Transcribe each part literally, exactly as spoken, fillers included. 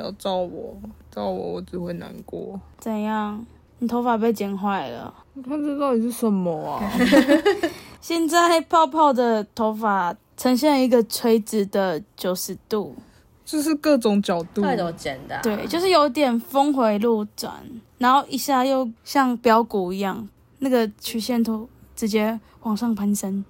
要照我，照我我只会难过。 怎样？你头发被剪坏了？ 你看这到底是什么啊？ 现在泡泡的头发呈现一个垂直的九十度， 就是各种角度。 太多剪的、啊。 对，就是有点峰回路转，然后一下又像标股一样，那个曲线图直接往上攀升。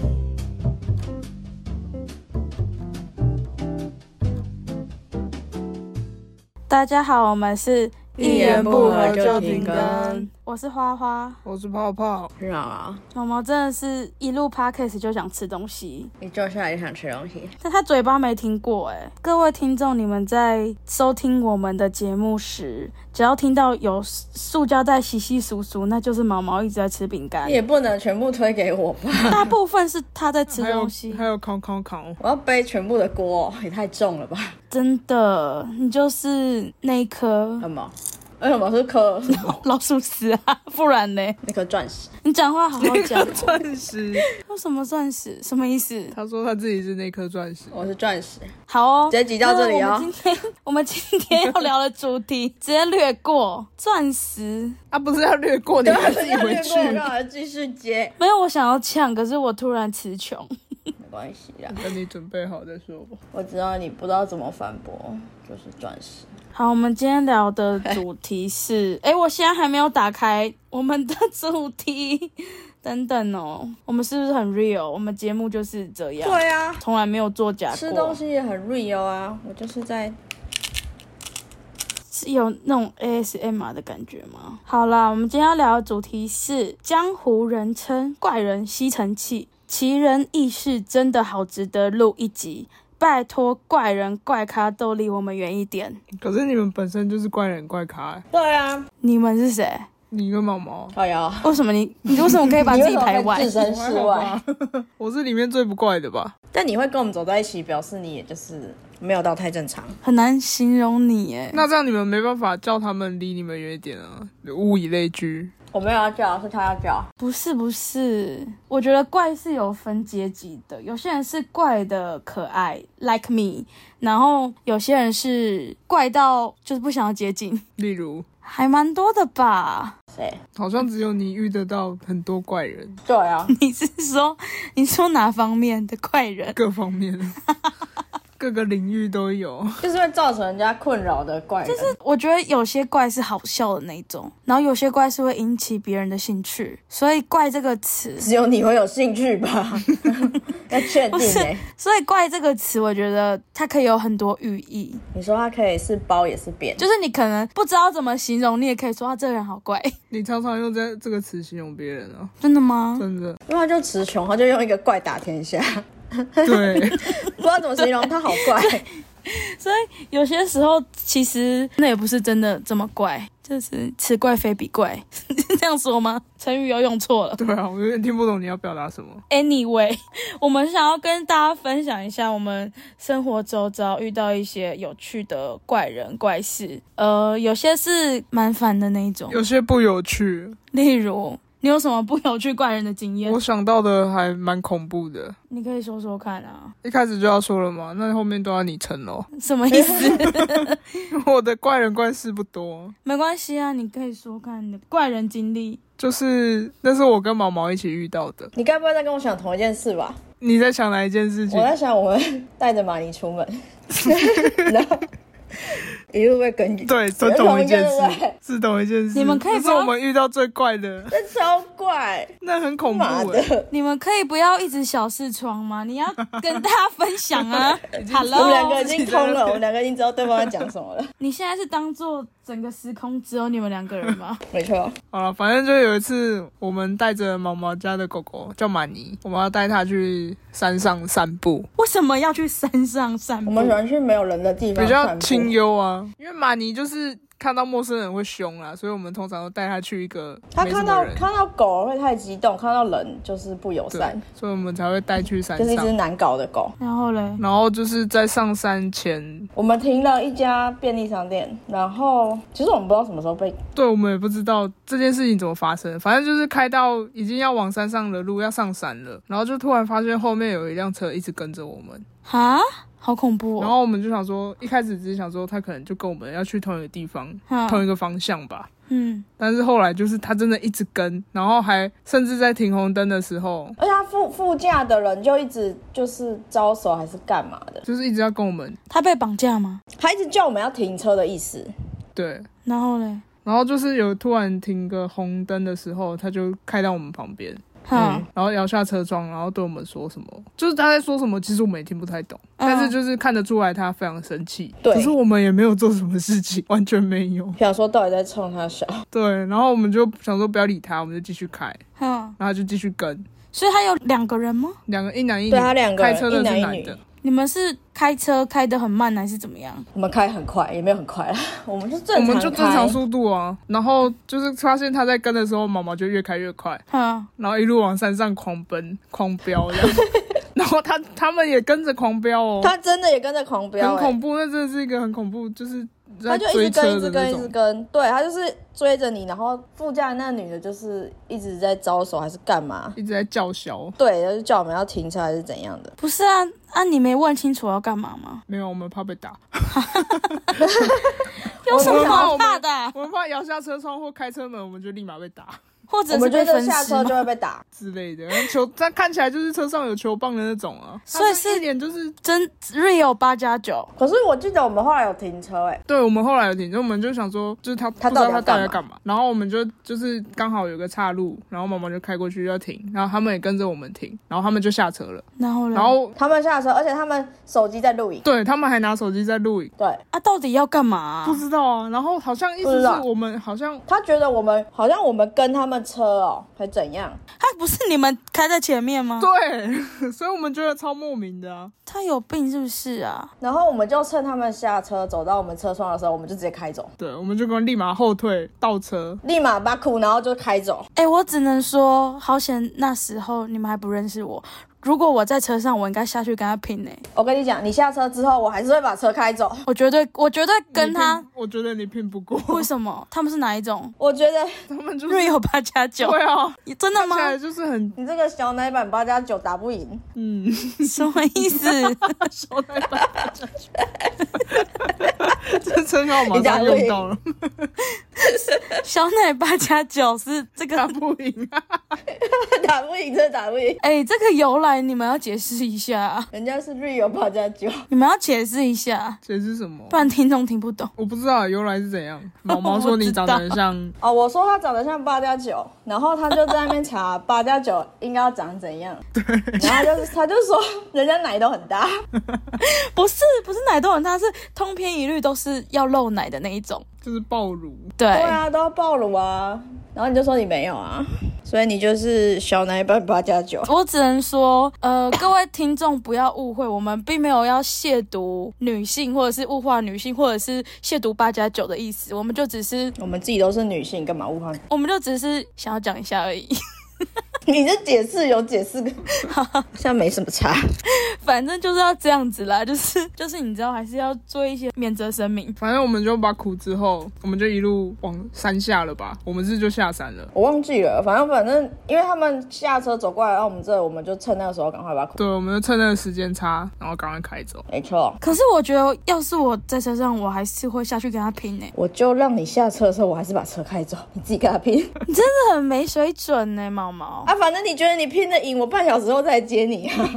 大家好，我们是一言不合就停更。 我是花花， 我是泡泡。 是啊， 毛毛真的是一路 podcast 就想吃东西， 你坐下来就想吃东西， 但他嘴巴没听过哎。各位听众，你们在收听我们的节目时，只要听到有塑胶袋稀稀疏疏，那就是毛毛一直在吃饼干。 你也不能全部推给我吧？ 大部分是他在吃东西， 还有扛扛扛， 我要背全部的锅，也太重了吧？ 真的，你就是那一颗什么？为什么是颗老鼠屎啊？不然呢？ 那颗钻石？ 你讲话好好讲。 钻石？ 为什么钻石？什么意思？ 他说他自己是那颗钻石。 我是钻石。 好哦， 直接挤到这里哦。 我们今天我们今天要聊的主题直接略过钻石啊，不是要略过，你要自己回去。 我刚才继续接。 没有，我想要呛，可是我突然词穷。 没关系啦， 等你准备好再说吧。 我知道你不知道怎么反驳，就是钻石。 好，我们今天聊的主题是，哎，我现在还没有打开我们的主题，等等哦，我们是不是很 real？ 我们节目就是这样， 对啊， 从来没有作假过。 吃东西也很 real 啊，我就是在。 是有那种 A S M R 的感觉吗？好啦，我们今天要聊的主题是江湖人称怪人吸尘器，奇人异事真的好值得录一集。拜托，怪人怪咖都离我们远一点。 可是你们本身就是怪人怪咖、欸。 对啊， 你们是谁？ 你跟毛毛。 哎呀， 为什么你你为什么可以把自己排外？ 置身事外。 我是里面最不怪的吧？ 但你会跟我们走在一起，表示你也就是没有到太正常。 很难形容你耶。 那这样你们没办法叫他们离你们远一点啊，物以类聚。 我没有要叫，是他要叫。 不是不是，我觉得怪是有分阶级的，有些人是怪的可爱 ，like me， 然后有些人是怪到就是不想要接近。 例如， 还蛮多的吧？ 谁？ 好像只有你遇得到很多怪人。 对啊， 你是说你说哪方面的怪人？ 各方面。各个领域都有， 就是会造成人家困扰的怪人。 就是我觉得有些怪是好笑的那种，然后有些怪是会引起别人的兴趣，所以怪这个词只有你会有兴趣吧？要确定欸。 所以怪这个词，我觉得它可以有很多寓意。 你说它可以是包也是扁， 就是你可能不知道怎么形容，你也可以说他这个人好怪。 你常常用这这个词形容别人啊？ 真的吗？ 真的， 因为他就词穷，他就用一个怪打天下。 对， 不知道怎么形容，他好怪。 所以有些时候其实那也不是真的这么怪，就是此怪非彼怪，是这样说吗？成语又用错了。 对啊，我有点听不懂你要表达什么。 Anyway， 我们想要跟大家分享一下我们生活周遭遇到一些有趣的怪人怪事，呃，有些是蛮烦的那一种， 有些不有趣。 例如你有什么不有趣怪人的经验？ 我想到的还蛮恐怖的， 你可以说说看啊。 一开始就要说了嘛，那后面都要你承咯。 什么意思？ 我的怪人怪事不多。 没关系啊，你可以说看你的怪人经历。 就是那是我跟毛毛一起遇到的。 你该不会在跟我想同一件事吧？ 你在想哪一件事情？ 我在想我们带着马尼出门，然后一路被跟进。 对，是同一件事，是同一件事。 你们可以这是我们遇到最怪的， 这超怪， 那很恐怖欸。 你们可以不要一直小视窗吗？你要跟大家分享啊。Hello， 我们两个已经通了，我们两个已经知道对方在讲什么了。 你现在是当做整个时空只有你们两个人吗？ 没错。 好了，反正就有一次，我们带着毛毛家的狗狗叫马尼，我们要带它去山上散步。 为什么要去山上散步？ 我们喜欢去没有人的地方比较散步， 清幽啊。因为马尼就是看到陌生人会凶啦，所以我们通常都带他去一个他没什么人， 看到看到狗会太激动，看到人就是不友善， 所以我们才会带去山就是一上。 只难搞的狗。 然后嘞， 然后就是在上山前， 我们停了一家便利商店，然后其实我们不知道什么时候被， 对，我们也不知道这件事情怎么发生，反正就是开到已经要往山上的路要上山了，然后就突然发现后面有一辆车一直跟着我们。 哈，好恐怖哦。 然后我们就想说，一开始只是想说他可能就跟我们要去同一个地方，同一个方向吧。 嗯， 但是后来就是他真的一直跟，然后还甚至在停红灯的时候， 而且他副副驾的人就一直就是招手还是干嘛的， 就是一直要跟我们。 他被绑架吗？ 他一直叫我们要停车的意思。 对， 然后嘞， 然后就是有突然停个红灯的时候，他就开到我们旁边。 嗯， 然后摇下车窗，然后对我们说什么，就是他在说什么，其实我们也听不太懂，嗯、但是就是看得出来他非常生气。 对， 可是我们也没有做什么事情，完全没有。 想说到底在冲他笑。 对，然后我们就想说不要理他，我们就继续开， 嗯， 然后他就继续跟。 所以他有两个人吗？ 两个，一男一女。 对，他两个人， 开车的是男的。 一男一女。 你们是开车开得很慢还是怎么样？ 我们开很快，也没有很快啦，我们就正常开， 我们就正常速度啊。然后就是发现他在跟的时候，毛毛就越开越快， 嗯， 然后一路往山上狂奔、狂飙这样。然后他他们也跟着狂飙哦， 他真的也跟着狂飙、欸， 很恐怖，那真的是一个很恐怖，就是他就一直跟一直跟一直跟，对，他就是追着你，然后副驾那女的就是一直在招手还是干嘛， 一直在叫嚣， 对，就是叫我们要停车还是怎样的。 不是啊啊，你没问清楚要干嘛吗？ 没有，我们怕被打。 有什么好怕的、啊？ 我们怕摇下车窗或开车门，我们就立马被打。 或者是被分尸下车就会被打之类的，球，但看起来就是车上有球棒的那种啊， 所以是一脸就是真 real 八加九。 可是我记得我们后来有停车、欸，哎， 对，我们后来有停车，我们就想说，就是他他不知道他到底要要干嘛，然后我们就就是刚好有个岔路，然后妈妈就开过去要停，然后他们也跟着我们停，然后他们就下车了， 然后然后他们下车，而且他们手机在录影， 对他们还拿手机在录影， 对啊，到底要干嘛、啊？ 不知道啊，然后好像意思是我们好像他觉得我们好像我们跟他们车哦。还怎样？ 他不是你们开在前面吗？ 对，所以我们觉得超莫名的啊。 他有病是不是啊？ 然后我们就趁他们下车走到我们车窗的时候，我们就直接开走。 对，我们就跟立马后退倒车， 立马把苦，然后就开走。 哎、欸，我只能说，好险那时候你们还不认识我。如果我在车上，我应该下去跟他拼呢、欸。 我跟你讲，你下车之后，我还是会把车开走。 我绝对，我绝对跟他。 我觉得你拼不过。 为什么？他们是哪一种？ 我觉得他们就是瑞有八加九。 对啊， 真的吗？ 看起来就是很， 你这个小奶版八加九打不赢。 嗯， 什么意思？ 小奶版八加九，这称号马上用到了。 小奶八加九是这个打不赢啊， 打不赢，这打不赢。 哎、欸，这个由来你们要解释一下、啊。 人家是 Rio 八加九， 你们要解释一下。 解释什么？ 不然听众听不懂。 我不知道由来是怎样。毛毛说你长得很像哦，我说他长得像八加九，然后他就在那边查八加九应该要长怎样。对，然后就是他就说人家奶都很大， 不是不是奶都很大，是通篇一律都是要露奶的那一种。 就是爆乳， 对对啊，都要爆乳啊，然后你就说你没有啊，所以你就是小奶版八加九。 我只能说，呃，各位听众不要误会，我们并没有要亵渎女性，或者是物化女性，或者是亵渎八加九的意思，我们就只是我们自己都是女性，干嘛物化你？ 我们就只是想要讲一下而已。 你这解释有解释，现在没什么差。 反正就是要这样子啦，就是就是你知道，还是要做一些免责声明。 反正我们就把苦之后，我们就一路往山下了吧？我们是就下山了。 我忘记了，反正反正因为他们下车走过来，然后我们这，我们就趁那个时候赶快把苦。 对，我们就趁那个时间差，然后赶快开走。 没错。 可是我觉得，要是我在车上，我还是会下去跟他拼呢、欸。 我就让你下车的时候，我还是把车开走，你自己跟他拼。 你真的很没水准呢、欸，毛毛。 啊，反正你觉得你拼得赢，我半小时后再接你啊。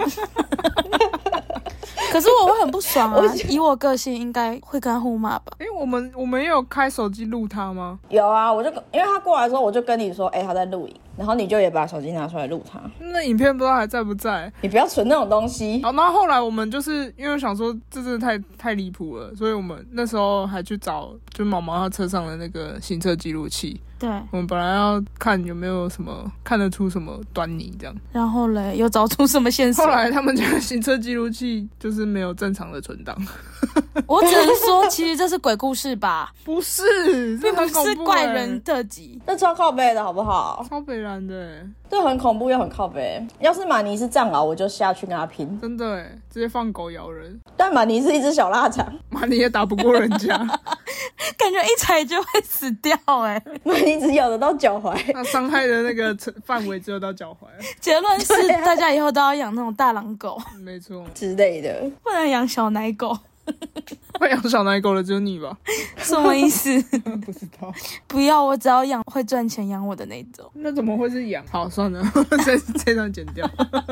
可是我会很不爽啊！以我个性，应该会跟他互骂吧？ 哎、欸，我们我们也有开手机录他吗？ 有啊，我就因为他过来的时候，我就跟你说，哎、欸，他在录影，然后你就也把手机拿出来录他。 那影片不知道还在不在？ 你不要存那种东西。 好，然后后来我们就是因为想说这真的太太离谱了，所以我们那时候还去找就毛毛他车上的那个行车记录器。 对， 我们本来要看有没有什么看得出什么端倪这样， 然后嘞，有找出什么线索？ 后来他们家的行车记录器就是没有正常的存档。 我只能说，其实这是鬼故事吧？ 不是， 并不是怪欸、 人特辑， 这超靠背的好不好？ 超北蓝的、欸， 这很恐怖又很靠北。要是马尼是藏獒，我就下去跟他拼。 真的哎，直接放狗咬人。 但马尼是一只小腊肠， 马尼也打不过人家， 感觉一踩就会死掉哎。 马尼只咬得到脚踝， 他伤害的那个范围只有到脚踝。 结论是，大家以后都要养那种大狼狗， 没错之类的， 不能养小奶狗。 会养小奶狗的只有你吧？ 什么意思？ 不知道。 不要，我只要养会赚钱养我的那种。 那怎么会是养？好，算了，这这段剪掉。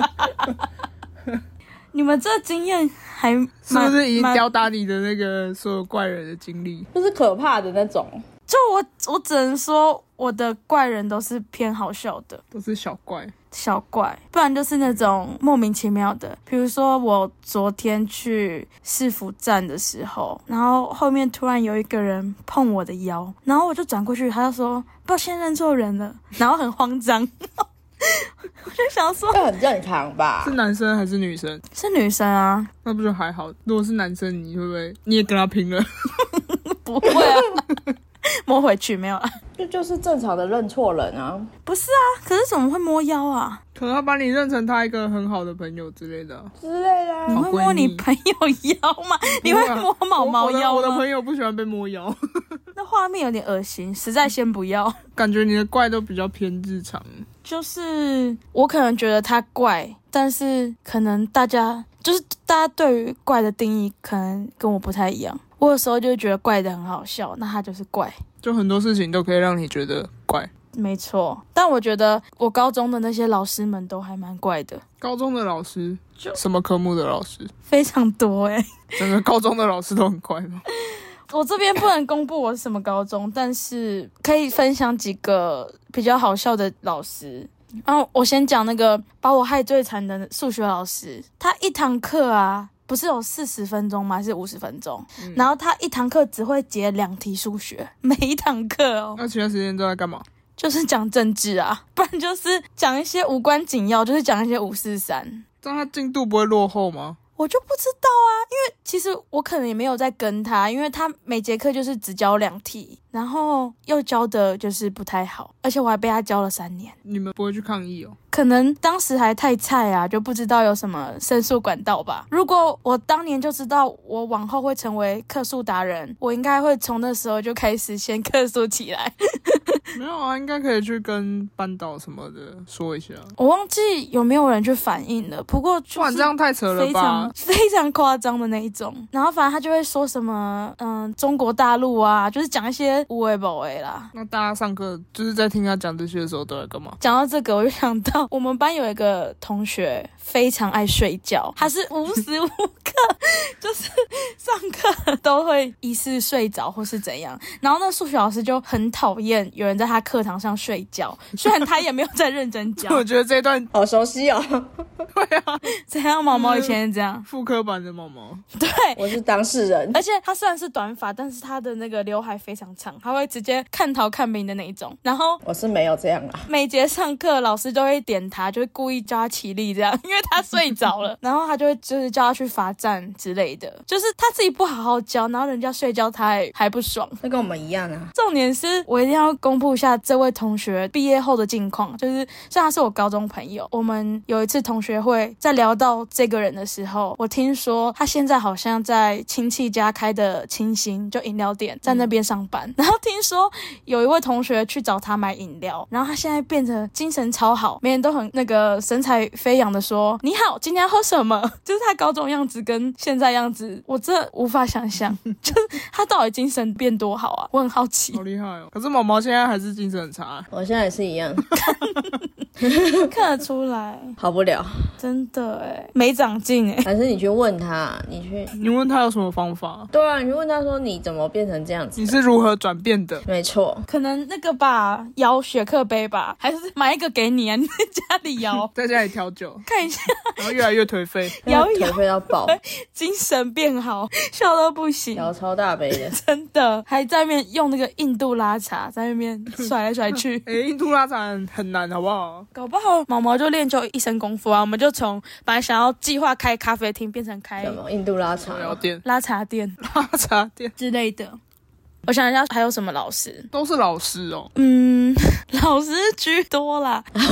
你们这经验还是不是已经吊打你的那个所有怪人的经历？ 就是可怕的那种。 就我，我只能说我的怪人都是偏好笑的， 都是小怪。 小怪，不然就是那种莫名其妙的。比如说我昨天去市府站的时候，然后后面突然有一个人碰我的腰，然后我就转过去，他就说抱歉认错人了，然后很慌张。我就想说这很正常吧？ 是男生还是女生？ 是女生啊。 那不就还好？如果是男生，你会不会你也跟他拼了？ 不会啊。摸回去没有啊？ 这就是正常的认错人啊。 不是啊，可是怎么会摸腰啊？ 可能他把你认成他一个很好的朋友之类的、啊、 之类的、啊。 你会摸你朋友腰吗？你会摸毛毛腰吗？ 我的, 我的朋友不喜欢被摸腰。 那画面有点恶心，实在先不要。 感觉你的怪都比较偏日常。 就是我可能觉得他怪，但是可能大家就是大家对于怪的定义可能跟我不太一样。我有时候就会觉得怪的很好笑，那他就是怪。 就很多事情都可以让你觉得怪。 没错，但我觉得我高中的那些老师们都还蛮怪的。 高中的老师？什么科目的老师？ 非常多欸。 整个高中的老师都很怪吗？ 我这边不能公布我是什么高中，但是可以分享几个比较好笑的老师。然后我先讲那个把我害最惨的数学老师，他一堂课啊不是有四十分钟吗？还是五十分钟、嗯、然后他一堂课只会解两题数学，每一堂课哦。 那其他时间都在干嘛？ 就是讲政治啊，不然就是讲一些无关紧要，就是讲一些五四三。 这样他进度不会落后吗？ 我就不知道啊，因为其实我可能也没有在跟他，因为他每节课就是只教两题，然后又教的就是不太好，而且我还被他教了三年。 你们不会去抗议哦？ 可能当时还太菜啊，就不知道有什么申诉管道吧。如果我当年就知道我往后会成为客诉达人，我应该会从那时候就开始先客诉起来。 没有啊，应该可以去跟班导什么的说一下。 我忘记有没有人去反映了，不过就是哇，这样太扯了吧， 非常非常夸张的那一种。然后反正他就会说什么嗯中国大陆啊，就是讲一些无为不为啦。 那大家上课就是在听他讲这些的时候都在干嘛？ 讲到这个我就想到我们班有一个同学非常爱睡觉，他是无时无刻就是上课都会疑似睡着或是怎样，然后那数学老师就很讨厌有人在他课堂上睡觉，虽然他也没有在认真教。 我觉得这一段好熟悉哦。 对啊， 怎样？毛毛以前是这样， 复刻版的毛毛。 对， 我是当事人。 而且他虽然是短发，但是他的那个刘海非常长，他会直接看头看明的那一种。然后我是没有这样啊， 每节上课老师都会点他，就会故意叫他起立这样，因为他睡着了，然后他就会就是叫他去罚站之类的，就是他自己不好好教，然后人家睡觉他还还不爽。 那跟我们一样啊。 重点是我一定要公布一下这位同学毕业后的近况，就是虽然他是我高中朋友，我们有一次同学会在聊到这个人的时候，我听说他现在好像在亲戚家开的清新就饮料店，在那边上班、嗯、然后听说有一位同学去找他买饮料，然后他现在变成精神超好，每人都很那个神采飞扬的说你好今天要喝什么，就是他高中样子跟现在样子我真无法想象就是他到底精神变多好啊，我很好奇。 好厉害哦。可是毛毛现在还是精神很差。 我现在也是一样。 看得出来， 好不了， 真的耶，没长进耶。 还是你去问他，你去你问他有什么方法？ 对啊，你去问他说你怎么变成这样子， 你是如何转变的？ 没错， 可能那个吧，摇雪克杯吧，还是买一个给你啊，你在家里摇， 在家里调酒， 看一下， 然后越来越颓废， 摇一摇颓废到爆， 精神变好，笑到不行， 摇超大杯的， 真的，还在那边用那个印度拉茶在那边甩来甩去。 哎、欸，印度拉茶很难，好不好？ 搞不好毛毛就练就一身功夫啊！我们就从本来想要计划开咖啡厅，变成开什么印度拉茶店、 拉茶店、 拉茶店之类的。我想一下还有什么老师， 都是老师哦。 嗯，老师居多啦。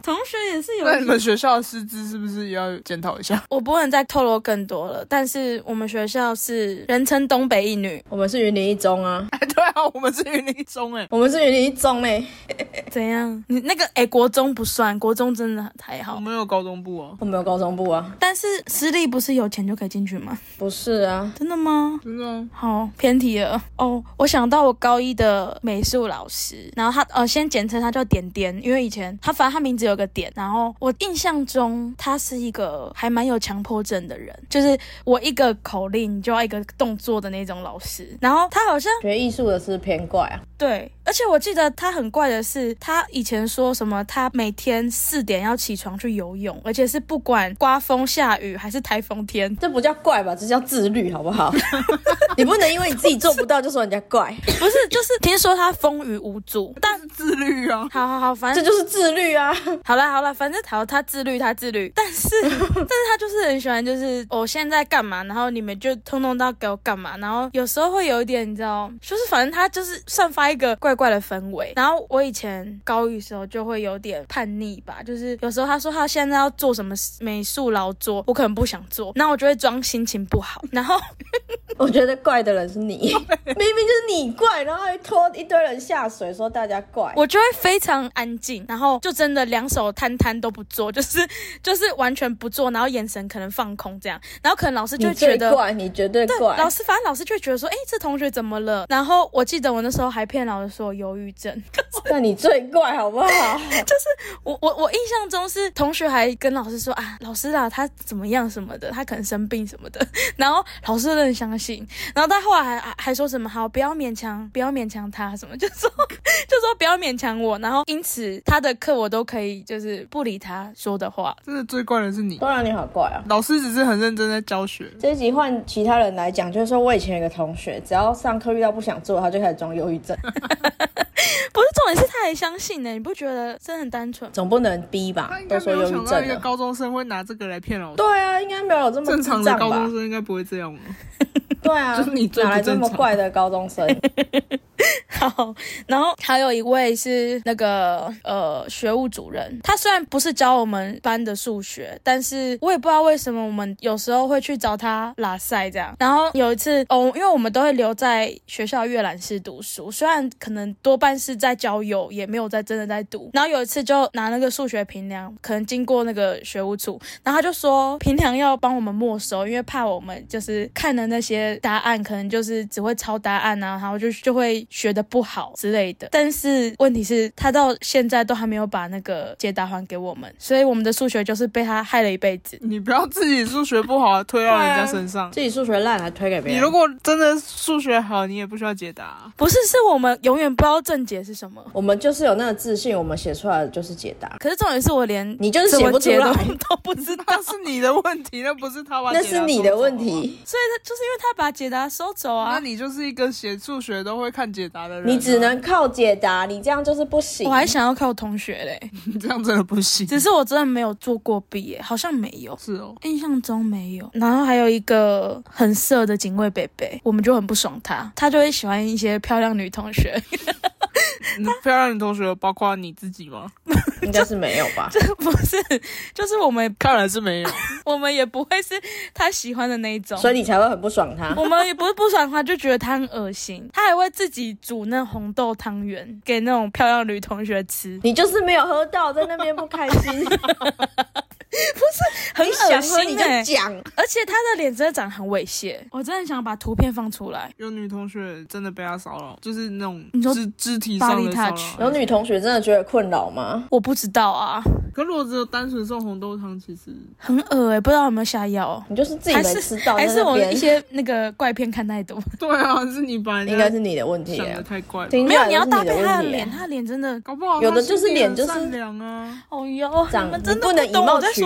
同学也是有。 那你们学校的师资是不是也要检讨一下？ 我不能再透露更多了，但是我们学校是人称东北一女。 我们是云林一中啊。 哎，对啊，我们是云林一中哎、欸， 我们是云林一中哎、 欸。怎样？你那个哎、欸，国中不算，国中真的还好。 我们有高中部啊， 我们有高中部啊。 但是私立不是有钱就可以进去吗？ 不是啊。 真的吗？ 真的、啊。 好，偏题了哦。我想到我高一的美术老师，然后他呃，先简称他叫点点，因为以前他反正他名字有个点，然后我印象中他是一个还蛮有强迫症的人，就是我一个口令就要一个动作的那种老师。然后他好像学艺术的是偏怪啊。 对，而且我记得他很怪的是，他以前说什么他每天四点要起床去游泳，而且是不管刮风下雨还是台风天。 这不叫怪吧，这叫自律好不好？你不能因为你自己做不到就说人家怪。 不是，就是听说他风雨无阻，但是自律啊。 好好好，反正这就是自律啊。 好啦好啦，反正好，他自律他自律，但是但是他就是很喜欢，就是我现在干嘛，然后你们就通通都要给我干嘛，然后有时候会有一点你知道，就是反正他就是散发一个怪怪的氛围。然后我以前高一的时候就会有点叛逆吧，就是有时候他说他现在要做什么美术劳作，我可能不想做，那我就会装心情不好，然后我觉得怪的人是你，明明就是你怪，然后还拖一堆人下水说大家怪， 我就会非常安静，然后就真的两手摊摊都不做，就是就是完全不做，然后眼神可能放空这样，然后可能老师就会觉得你最怪，你绝对怪。 老师反正老师就会觉得说，哎，这同学怎么了？然后我记得我那时候还骗老师说我忧郁症， 那你最怪好不好？ 就是我我我印象中是同学还跟老师说啊，老师啊他怎么样什么的，他可能生病什么的，然后老师真的很相信，然后他后来还还还说什么好不要勉强不要勉强他什么，就说就说不要勉强我，然后因此他的课我都可以就是不理他说的话。 真的最怪的是你， 当然你好怪啊。 老师只是很认真在教学。 这一集换其他人来讲，就是说我以前有个同学，只要上课遇到不想做，他就开始装忧郁症。 不是重点是他还相信呢、欸，你不觉得真的很单纯？ 总不能逼吧？ 他应该没有想到一个高中生会拿这个来骗老师。 对啊，应该没有这么正常的高中生应该不会这样吗？ 对啊， 就是你最不正常， 哪来这么怪的高中生？ 好，然后还有一位是那个呃学务主任，他虽然不是教我们班的数学，但是我也不知道为什么我们有时候会去找他拉赛这样。然后有一次哦，因为我们都会留在学校阅览室读书，虽然可能多半是在交友，也没有在真的在读。然后有一次就拿那个数学评量，可能经过那个学务处，然后他就说评量要帮我们没收，因为怕我们就是看的那些答案可能就是只会抄答案啊，然后就就会学的不好之类的。但是问题是他到现在都还没有把那个解答还给我们，所以我们的数学就是被他害了一辈子。 你不要自己数学不好推到人家身上、 啊、自己数学烂还推给别人。 你如果真的数学好，你也不需要解答、啊、 不是，是我们永远不知道正解是什么。 我们就是有那个自信，我们写出来的就是解答。 可是重点是我连你就是写不出来都, 都不知道。 那是你的问题，那不是他把解答收走。 那是你的问题。 所以就是因为他把解答收走啊。 那你就是一个写数学都会看解答的人、啊、 你只能靠解答，你这样就是不行。 我还想要靠同学嘞。 你这样真的不行。 只是我真的没有做过弊耶，好像没有。 是哦， 印象中没有。然后还有一个很色的警卫北北，我们就很不爽他，他就会喜欢一些漂亮女同学。 漂亮女同学包括你自己吗？ 应该是没有吧。 这不是，就是我们看来是没有。 我们也不会是他喜欢的那一种， 所以你才会很不爽他。 我们也不是不爽他，就觉得他很恶心。他还会自己煮那红豆汤圆给那种漂亮女同学吃。 你就是没有喝到，在那边不开心。 不是很恶心、欸、 你就讲， 而且他的脸真的长得很猥亵，我真的想把图片放出来。 有女同学真的被他骚扰，就是那种肢肢体上的骚扰。 有女同学真的觉得困扰吗？ 我不知道啊。 可如果只有单纯送红豆汤，其实很恶哎、欸，不知道有没有下药。 你就是自己没吃到， 还是, 还是我一些那个怪片看太多。 对啊，是你把应该是你的问题、啊， 想得太怪了。 没有，你要搭配他的脸，他的脸真的搞不好有的就是脸就是善良啊。 哦哟，你们真的不能以貌取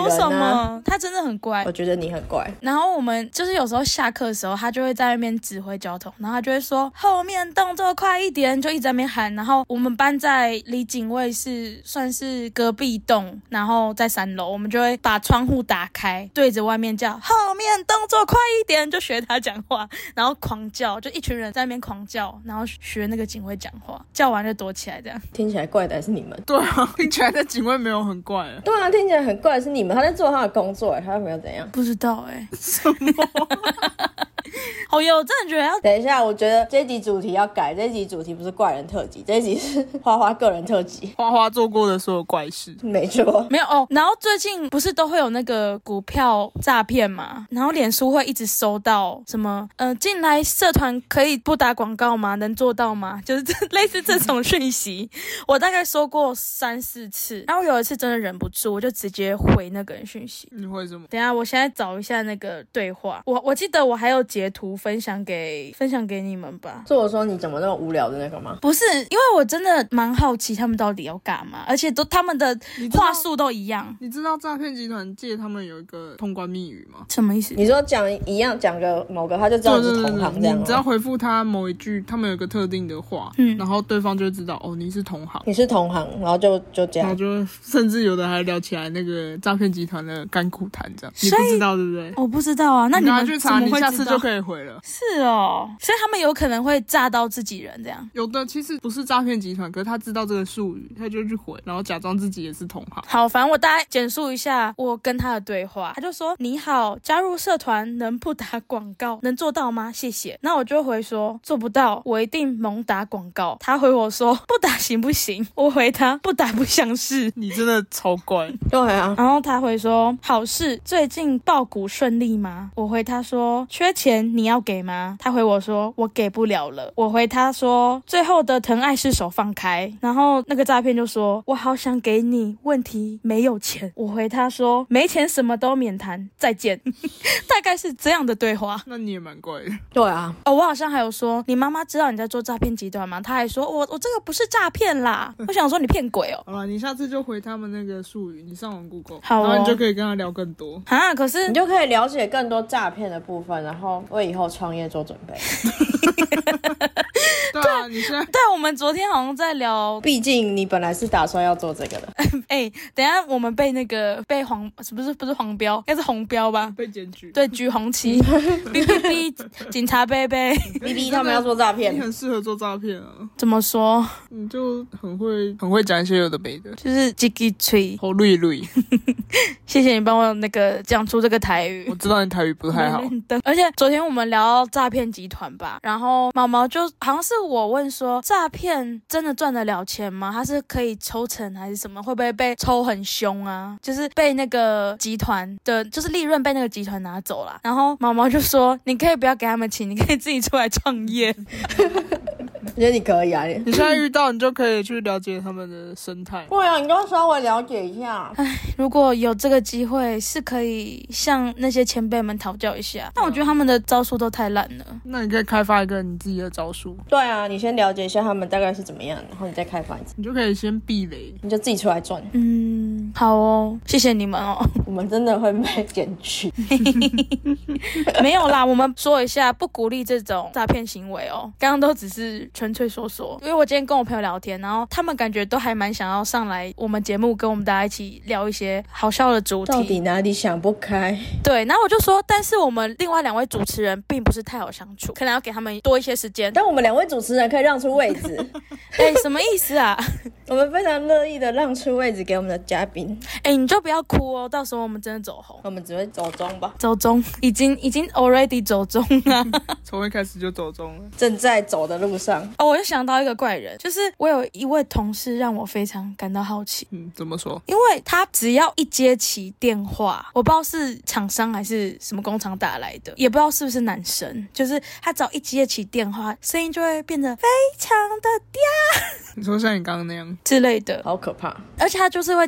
说什么，他真的很乖。 我觉得你很乖。 然后我们就是有时候下课的时候，他就会在那边指挥交通，然后他就会说后面动作快一点，就一直在那边喊。然后我们班在离警卫室算是隔壁栋，然后在三楼，我们就会把窗户打开，对着外面叫后面动作快一点，就学他讲话，然后狂叫，就一群人在那边狂叫，然后学那个警卫讲话，叫完就躲起来这样。 听起来怪的还是你们。 对啊，听起来那警卫没有很怪啊。 对啊，听起来很怪的是你们，他在做他的工作，他又没有怎样。 不知道哎、欸， 什么？ 哦哟，我真的觉得要等一下，我觉得这一集主题要改，这一集主题不是怪人特辑，这一集是花花个人特辑。 花花做过的所有怪事， 没错， 没有哦。然后最近不是都会有那个股票诈骗嘛，然后脸书会一直收到什么呃进来社团可以不打广告吗？能做到吗？就是类似这种讯息，我大概收过三四次，然后有一次真的忍不住，我就直接回那个人讯息。 你会什么？ 等一下，我现在找一下那个对话，我我记得我还有截图分享给分享给你们吧。 是我说你怎么那么无聊的那个吗？ 不是，因为我真的蛮好奇他们到底要干嘛，而且都他们的话术都一样。 你知道诈骗集团借他们有一个通关密语吗？ 什么意思？ 你说讲一样，讲个某个，他就知道你是同行这样吗？ 你只要回复他某一句，他们有一个特定的话，嗯，然后对方就会知道哦，你是同行， 你是同行，然后就就这样， 然后就甚至有的还聊起来那个诈骗集团的甘苦谈这样，你不知道对不对？ 我不知道啊，那你们去查，你下次就可以回了。 是哦，所以他们有可能会诈到自己人这样。 有的其实不是诈骗集团，可是他知道这个术语，他就去回，然后假装自己也是同行。 好，反正我大概简述一下我跟他的对话。他就说：“你好，加入社团能不打广告，能做到吗？谢谢。”那我就回说：“做不到，我一定猛打广告。”他回我说：“不打行不行？”我回他：“不打不相识。” 你真的超怪。 对啊。 然后他回说：“好事，最近抱股顺利吗？”我回他说：“缺钱，你要给吗？”他回我说：“我给不了了。”我回他说：“最后的疼爱是手放开。”然后那个诈骗就说：“我好想给你，问题没有钱。”我回他说：“没钱什么都免谈，再见。”大概是这样的对话。 那你也蛮怪的。 对啊。 哦，我好像还有说：“你妈妈知道你在做诈骗集团吗？”他还说：“我我这个不是诈骗啦。”我想说你骗鬼哦。 好了，你下次就回他们那个术语，你上网 Google， 好哦， 然后你就可以跟他聊更多。 啊，可是你就可以了解更多诈骗的部分，然后为以后创业做准备。 对啊，你现在对，我们昨天好像在聊， 毕竟你本来是打算要做这个的。 哎、欸，等一下我们被那个被黄，是不是不是黄标，应该是红标吧？ 被检举。 对，举红旗，哔哔哔，警察贝贝， 哔哔他们要做诈骗， 你很适合做诈骗啊。 怎么说？ 你就很会很会讲一些有的没的， 就是叽叽吹， 好累累。 谢谢你帮我那个讲出这个台语。 我知道你台语不太好， 而且昨天我们聊到诈骗集团吧，然后毛毛就好像是我问说，诈骗真的赚得了钱吗？他是可以抽成还是什么？会不会被抽很凶啊？就是被那个集团的，就是利润被那个集团拿走了。然后毛毛就说，你可以不要给他们钱，你可以自己出来创业。 我觉得你可以啊，你你现在遇到你就可以去了解他们的生态。 对啊，你就稍微了解一下。 唉，如果有这个机会，是可以向那些前辈们讨教一下。但我觉得他们的招数都太烂了。 那你可以开发一个你自己的招数。 对啊，你先了解一下他们大概是怎么样，然后你再开发一次， 你就可以先避雷， 你就自己出来赚。 嗯，好哦，谢谢你们哦。 我们真的会被检举。 没有啦，我们说一下，不鼓励这种诈骗行为哦。刚刚都只是纯粹说说，因为我今天跟我朋友聊天，然后他们感觉都还蛮想要上来我们节目跟我们大家一起聊一些好笑的主题。 到底哪里想不开？ 对，然后我就说，但是我们另外两位主持人并不是太好相处，可能要给他们多一些时间。 但我们两位主持人可以让出位置。 哎、欸，什么意思啊？ 我们非常乐意的让出位置给我们的嘉宾。 哎、欸，你就不要哭哦，到时候我们真的走红， 我们只会走中吧？ 走中，已经已经 already 走中了。 从一开始就走中了， 正在走的路上。 哦，我就想到一个怪人，就是我有一位同事让我非常感到好奇。 嗯，怎么说？ 因为他只要一接起电话，我不知道是厂商还是什么工厂打来的，也不知道是不是男生，就是他只要一接起电话，声音就会变得非常的嗲。 你说像你刚刚那样之类的， 好可怕。 而且他就是会接起来说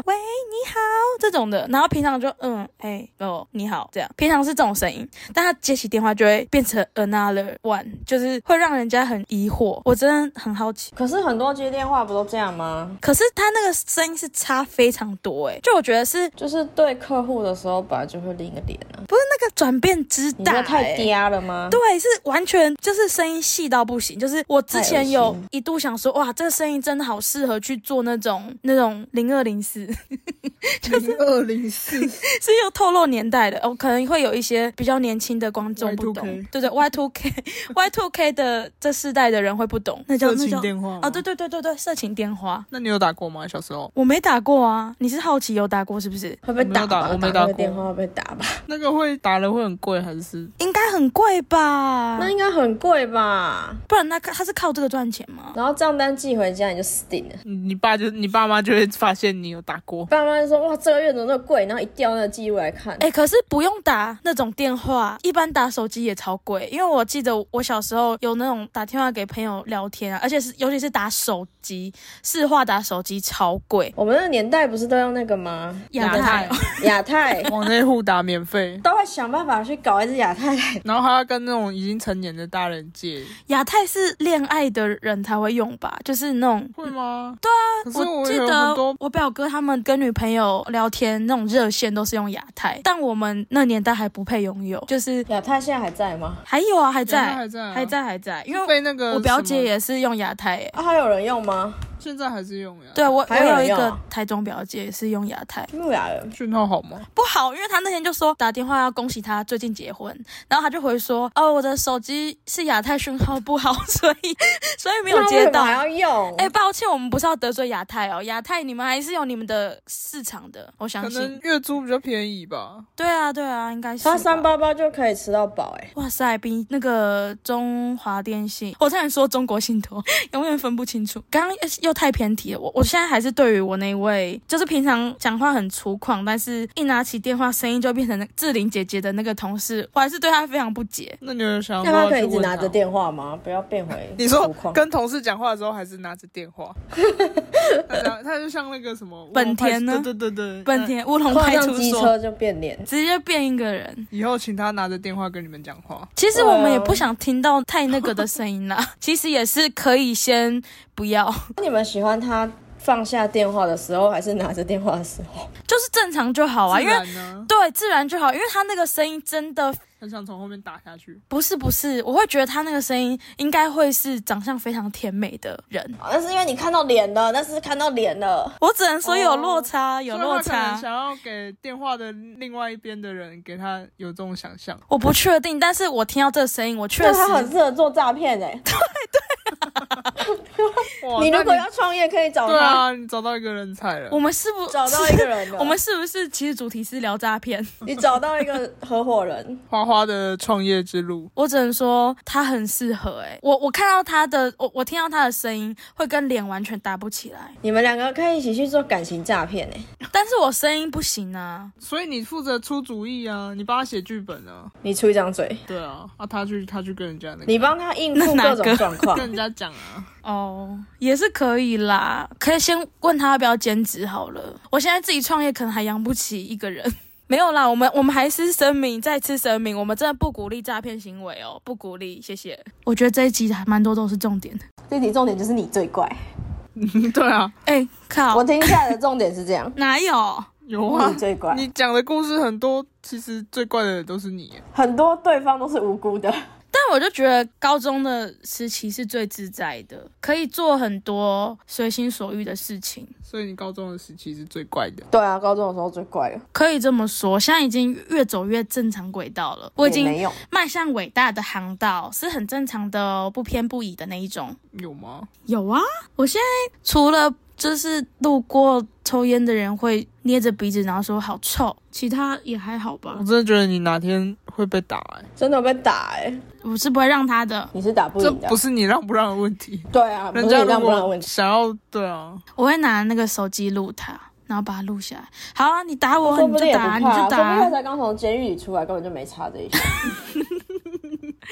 喂你好这种的，然后平常就嗯哎、欸、哦你好这样，平常是这种声音，但他接起电话就会变成 another one， 就是会让人家很疑惑，我真的很好奇。 可是很多接电话不都这样吗？ 可是他那个声音是差非常多哎、欸，就我觉得是就是对客户的时候本来就会另一个脸啊， 不是那个转变之大、欸， 你说太嗲了吗？ 对，是完全就是声音细到不行，就是我之前有一度想说哇这个声音真的好适合去做那种那种零二零四零二零四是有透露年代的哦，可能会有一些比较年轻的观众不懂， Y 二 K 对对 Y 二 K Y 二 K 的这世代的人会不懂，那叫色那叫情电话哦，对对对对对，色情电话。 那你有打过吗？小时候我没打过啊，你是好奇有打过是不是？ 会不会打吧？ 我没有打我没打过那个电话会不会打吧？ 那个会打了会很贵还是？ 应该很贵吧？ 那应该很贵吧？ 不然那他是靠这个赚钱吗？ 然后账单寄回家你就死定了。 你你爸就你爸妈就会发现你有打过。 爸妈就说哇这个月怎么那么贵，然后一调那个记录来看。 哎、欸，可是不用打那种电话，一般打手机也超贵。因为我记得我小时候有那种打电话给朋友聊天啊，而且是尤其是打手机，市话打手机超贵。 我们那个年代不是都用那个吗？ 亚太， 亚太往内户打免费， 都会想办法去搞一只亚太来， 然后还要跟那种已经成年的大人借。 亚太是恋爱的人才会用吧？就是那种会吗？ 对啊， 可是我记得我表哥他们跟女朋友聊天那种热线都是用亚太，但我们那年代还不配拥有。就是亚太现在还在吗？ 还有啊，还在， 还在、啊， 还在，还在。因为被那个我表姐也是用亚太、欸， 啊，还有人用吗？ 现在还是用呀。 对我，我有一个啊台中表姐是用亚太， 用亚了， 讯号好吗？ 不好，因为他那天就说打电话要恭喜他最近结婚，然后他就回说，哦，我的手机是亚太讯号不好，所以所以没有接到。 还要用？ 哎，抱歉，我们不是要得罪亚太哦，亚太你们还是有你们的市场的，我相信。 可能月租比较便宜吧。 对啊，对啊，应该是。 他三八八就可以吃到饱哎、欸！ 哇塞，比那个中华电信，我差点说中国信托，永远分不清楚。刚刚又太偏题了，我我现在还是对于我那位，就是平常讲话很粗犷，但是一拿起电话声音就变成志玲姐姐的那个同事，我还是对他非常不解。 那你有想要不要可以一直拿着电话吗？不要变回你说跟同事讲话的时候还是拿着电话？他, 他就像那个什么本田呢？ 对对对对， 本田乌龙派出所， 机车就变脸， 直接变一个人。 以后请他拿着电话跟你们讲话。 其实我们也不想听到太那个的声音啦，其实也是可以先不要。 你们喜欢他放下电话的时候，还是拿着电话的时候？ 就是正常就好啊，因为呢对自然就好，因为他那个声音真的很想从后面打下去。 不是不是，我会觉得他那个声音应该会是长相非常甜美的人。 哦、那是因为你看到脸了，那是看到脸了。 我只能说有落差，哦、有落差。 想要给电话的另外一边的人给他有这种想象， 我不确定，但是我听到这个声音，我确实他很适合做诈骗哎。对对。你如果要创业，可以找他。 对啊，你找到一个人才了。 我们是不找到一个人了？ 我们是不是其实主题是聊诈骗？ 你找到一个合伙人， 花花的创业之路。 我只能说他很适合哎、欸，我我看到他的，我我听到他的声音，会跟脸完全搭不起来。 你们两个可以一起去做感情诈骗哎， 但是我声音不行啊。 所以你负责出主意啊，你帮他写剧本啊， 你出一张嘴。 对啊，啊他去他去跟人家那个， 你帮他应付各种状况， 跟人家讲啊。 哦，也是可以啦，可以先问他要不要兼职好了。我现在自己创业可能还养不起一个人。没有啦，我们我们还是声明，再次声明，我们真的不鼓励诈骗行为哦，不鼓励，谢谢。我觉得这一集还蛮多都是重点的， 这一集重点就是你最怪。 对啊， 哎、欸，靠， 我听下来的重点是这样， 哪有？ 有啊， 你最怪。 你讲的故事很多，其实最怪的都是你， 很多对方都是无辜的。 但我就觉得高中的时期是最自在的，可以做很多随心所欲的事情。 所以你高中的时期是最怪的。 对啊，高中的时候最怪了。 可以这么说，现在已经越走越正常轨道了。我已经迈向伟大的航道，是很正常的哦，不偏不倚的那一种。 有吗？ 有啊，我现在除了就是路过抽烟的人会捏着鼻子然后说好臭，其他也还好吧。 我真的觉得你哪天会被打哎、欸， 真的被打哎、欸， 我是不会让他的。 你是打不赢的， 这不是你让不让的问题。 对啊， 人家让不让的问题。 想要对啊， 我会拿那个手机录他，然后把它录下来。好啊，你打我， 说不定也你就打， 不怕啊， 你就打。 说不定他才刚从监狱里出来，根本就没差这一些。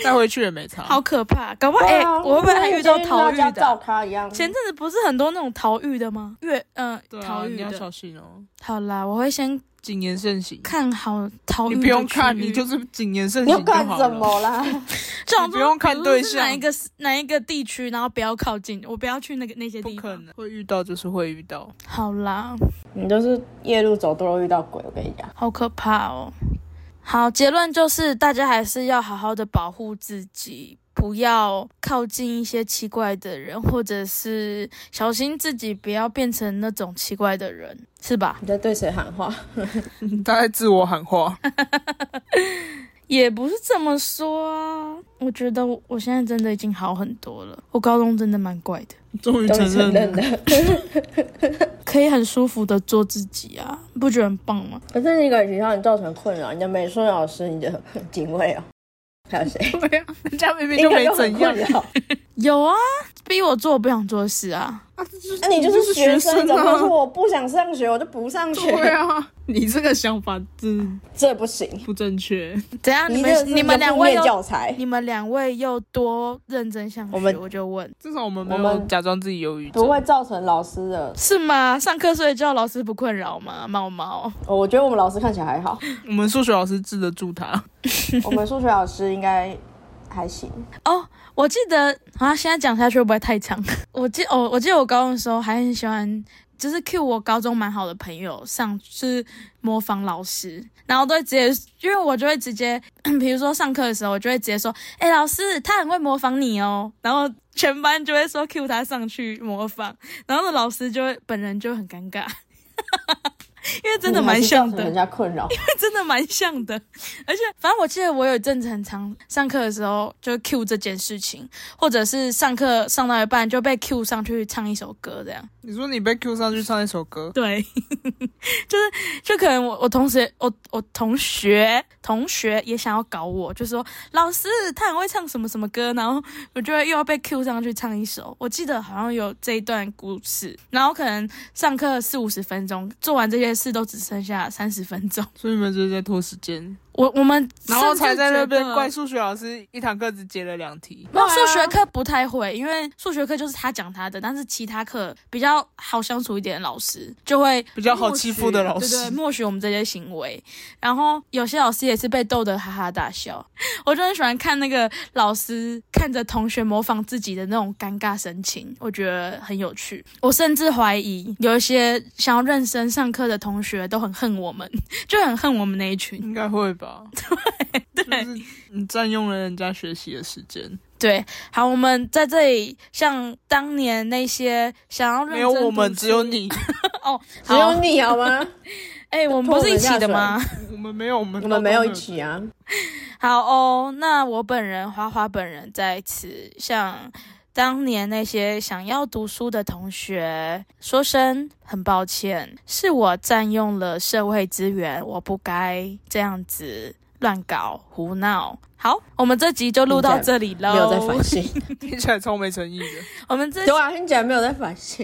再回去也没差。 好可怕，搞不好哎、欸，我会不会还遇到逃狱的、啊？ 照他一样。 前阵子不是很多那种逃狱的吗？越嗯、呃对啊， 逃狱的， 你要小心哦。 好啦，我会先谨言慎行， 看好逃狱的区域。 你不用看，你就是谨言慎行就好了。 你要看什么啦？ 这种不用看对象， 哪一个哪一个地区，然后不要靠近，我不要去那个那些地方。 不可能会遇到，就是会遇到。 好啦， 你就是夜路走多了遇到鬼，我跟你讲， 好可怕哦。好，结论就是大家还是要好好的保护自己，不要靠近一些奇怪的人，或者是小心自己不要变成那种奇怪的人，是吧？ 你在对谁喊话？ 他在自我喊话。 也不是这么说啊，我觉得我现在真的已经好很多了。我高中真的蛮怪的， 终于承认了， 可以很舒服的做自己啊，不觉得很棒吗？ 可是你给学校你造成困扰，你的美术老师、你的警卫哦，还有谁？ 对啊，人家明明就没怎样。 有啊，逼我做我不想做的事啊。 那、啊、你就是学生，你怎么说我不想上学，我就不上学？ 对啊，你这个想法真这不行， 不正确。 怎样？你们你们两位又教材， 你们两位又多认真想学？我们我就问， 至少我们没有假装自己忧郁症， 不会造成老师的， 是吗？上课睡觉，老师不困扰吗？猫猫， 哦，我觉得我们老师看起来还好， 我们数学老师治得住他。 我们数学老师应该还行哦。我记得啊，现在讲下去会不会太长？我记哦，我记得我高中的时候还很喜欢，就是 cue 我高中蛮好的朋友上去模仿老师，然后都会直接，因为我就会直接，比如说上课的时候，我就会直接说，哎、欸，老师，他很会模仿你哦，然后全班就会说 cue 他上去模仿，然后那老师就会本人就很尴尬。因为真的蛮像的， 人家困扰， 因为真的蛮像的，而且反正我记得我有一阵子很常上课的时候就 cue 这件事情，或者是上课上到一半就被 cue 上去唱一首歌这样。 你说你被 cue 上去唱一首歌？ 对，就是就可能我我同学我我同学同学也想要搞我，就说老师他很会唱什么什么歌，然后我就会又要被 cue 上去唱一首。我记得好像有这一段故事，然后可能上课四五十分钟做完这些事都只剩下三十分钟， 所以你们就是在拖时间。 我我们然后才在那边怪数学老师一堂课只解了两题。 没有，数学课不太会，因为数学课就是他讲他的，但是其他课比较好相处一点的老师就会比较好欺负的老师， 对对，默许我们这些行为。然后有些老师也是被逗得哈哈大笑。我就很喜欢看那个老师看着同学模仿自己的那种尴尬神情，我觉得很有趣。我甚至怀疑有一些想要认真上课的同学都很恨我们，就很恨我们那一群。 应该会吧。 对对， 就是你占用了人家学习的时间。 对，好，我们在这里像当年那些想要认真没有我们，只有你哦， 只有你好吗？ 哎、欸，我们不是一起的吗？ 我们没有，我们我们没有一起啊。 好哦，那我本人花花本人在此向当年那些想要读书的同学说声很抱歉，是我占用了社会资源，我不该这样子乱搞胡闹。好，我们这集就录到这里咯。 没有在反省， 听起来超没诚意的。 我们这对啊，听起来没有在反省，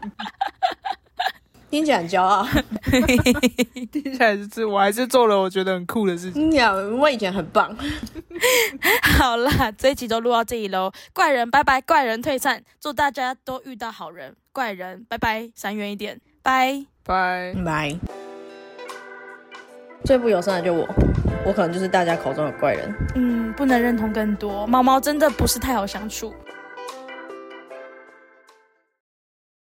听起来很骄傲， 听起来就是我还是做了我觉得很酷的事情。 听起来我以前很棒。 好啦，这一集就录到这里咯。怪人拜拜，怪人退散，祝大家都遇到好人。怪人拜拜，闪远一点，拜拜拜。最不友善的就我，我可能就是大家口中的怪人。 嗯，不能认同更多。毛毛真的不是太好相处。